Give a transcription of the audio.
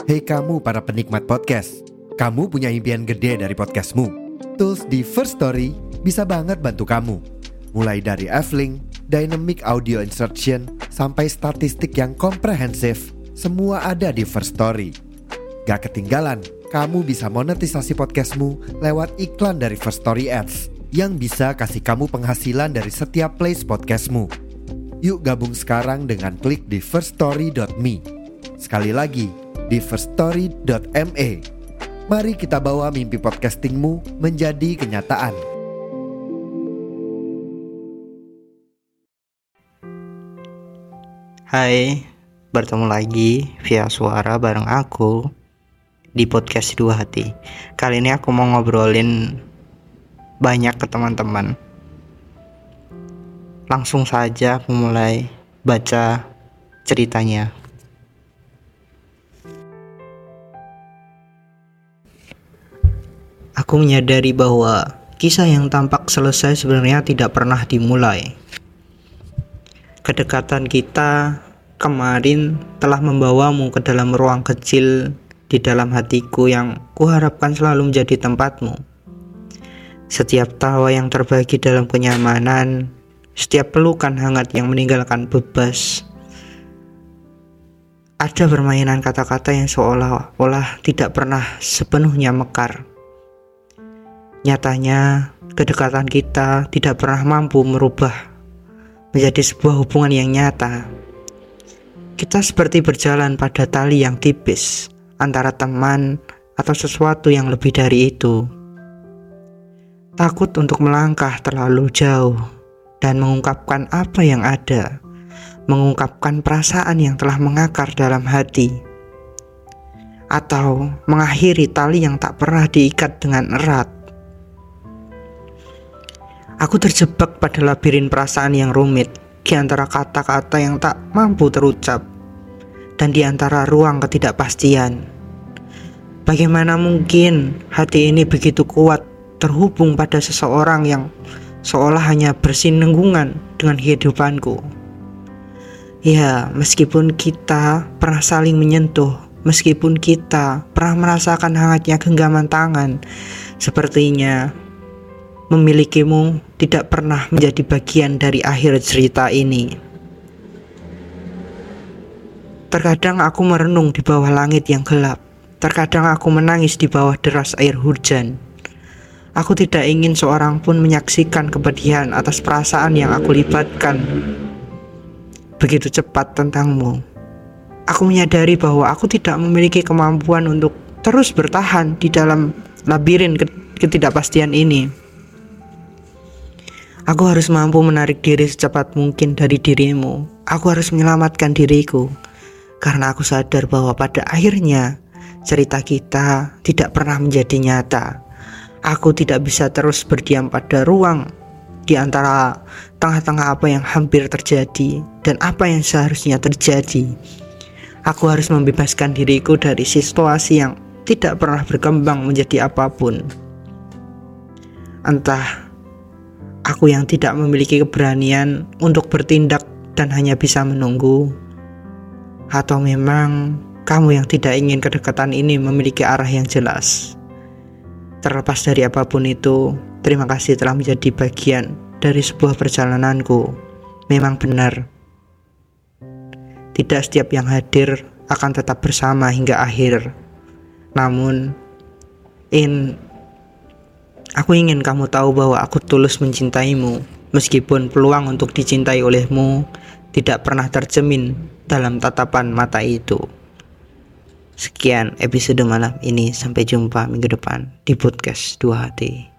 Hei kamu para penikmat podcast, kamu punya impian gede dari podcastmu. Tools di First Story bisa banget bantu kamu. Mulai dari F-Link, Dynamic Audio Insertion, sampai statistik yang komprehensif, semua ada di First Story. Gak ketinggalan, kamu bisa monetisasi podcastmu lewat iklan dari First Story Ads yang bisa kasih kamu penghasilan dari setiap plays podcastmu. Yuk gabung sekarang dengan klik di firststory.me. Sekali lagi, di firststory.me. Mari kita bawa mimpi podcastingmu menjadi kenyataan. Hai, bertemu lagi via suara bareng aku di podcast Dua Hati. Kali ini aku mau ngobrolin banyak ke teman-teman. Langsung saja aku mulai baca ceritanya. Aku menyadari bahwa kisah yang tampak selesai sebenarnya tidak pernah dimulai. Kedekatan kita kemarin telah membawamu ke dalam ruang kecil di dalam hatiku yang kuharapkan selalu menjadi tempatmu. Setiap tawa yang terbagi dalam kenyamanan, setiap pelukan hangat yang meninggalkan bebas. Ada permainan kata-kata yang seolah-olah tidak pernah sepenuhnya mekar. Nyatanya, kedekatan kita tidak pernah mampu merubah menjadi sebuah hubungan yang nyata. Kita seperti berjalan pada tali yang tipis antara teman atau sesuatu yang lebih dari itu. Takut untuk melangkah terlalu jauh dan mengungkapkan apa yang ada, mengungkapkan perasaan yang telah mengakar dalam hati, atau mengakhiri tali yang tak pernah diikat dengan erat. Aku terjebak pada labirin perasaan yang rumit, di antara kata-kata yang tak mampu terucap, dan di antara ruang ketidakpastian. Bagaimana mungkin hati ini begitu kuat terhubung pada seseorang yang seolah hanya bersinenggungan dengan kehidupanku? Ya, meskipun kita pernah saling menyentuh, meskipun kita pernah merasakan hangatnya genggaman tangan, sepertinya memilikimu tidak pernah menjadi bagian dari akhir cerita ini. Terkadang aku merenung di bawah langit yang gelap. Terkadang aku menangis di bawah deras air hujan. Aku tidak ingin seorang pun menyaksikan kepedihan atas perasaan yang aku libatkan begitu cepat tentangmu. Aku menyadari bahwa aku tidak memiliki kemampuan untuk terus bertahan di dalam labirin ketidakpastian ini. Aku harus mampu menarik diri secepat mungkin dari dirimu. Aku harus menyelamatkan diriku, karena aku sadar bahwa pada akhirnya cerita kita tidak pernah menjadi nyata. Aku tidak bisa terus berdiam pada ruang di antara tengah-tengah apa yang hampir terjadi dan apa yang seharusnya terjadi. Aku harus membebaskan diriku dari situasi yang tidak pernah berkembang menjadi apapun. Entah aku yang tidak memiliki keberanian untuk bertindak dan hanya bisa menunggu, atau memang kamu yang tidak ingin kedekatan ini memiliki arah yang jelas. Terlepas dari apapun itu, terima kasih telah menjadi bagian dari sebuah perjalananku. Memang benar, tidak setiap yang hadir akan tetap bersama hingga akhir. Namun, aku ingin kamu tahu bahwa aku tulus mencintaimu, meskipun peluang untuk dicintai olehmu tidak pernah tercermin dalam tatapan mata itu. Sekian episode malam ini, sampai jumpa minggu depan di podcast Dua Hati.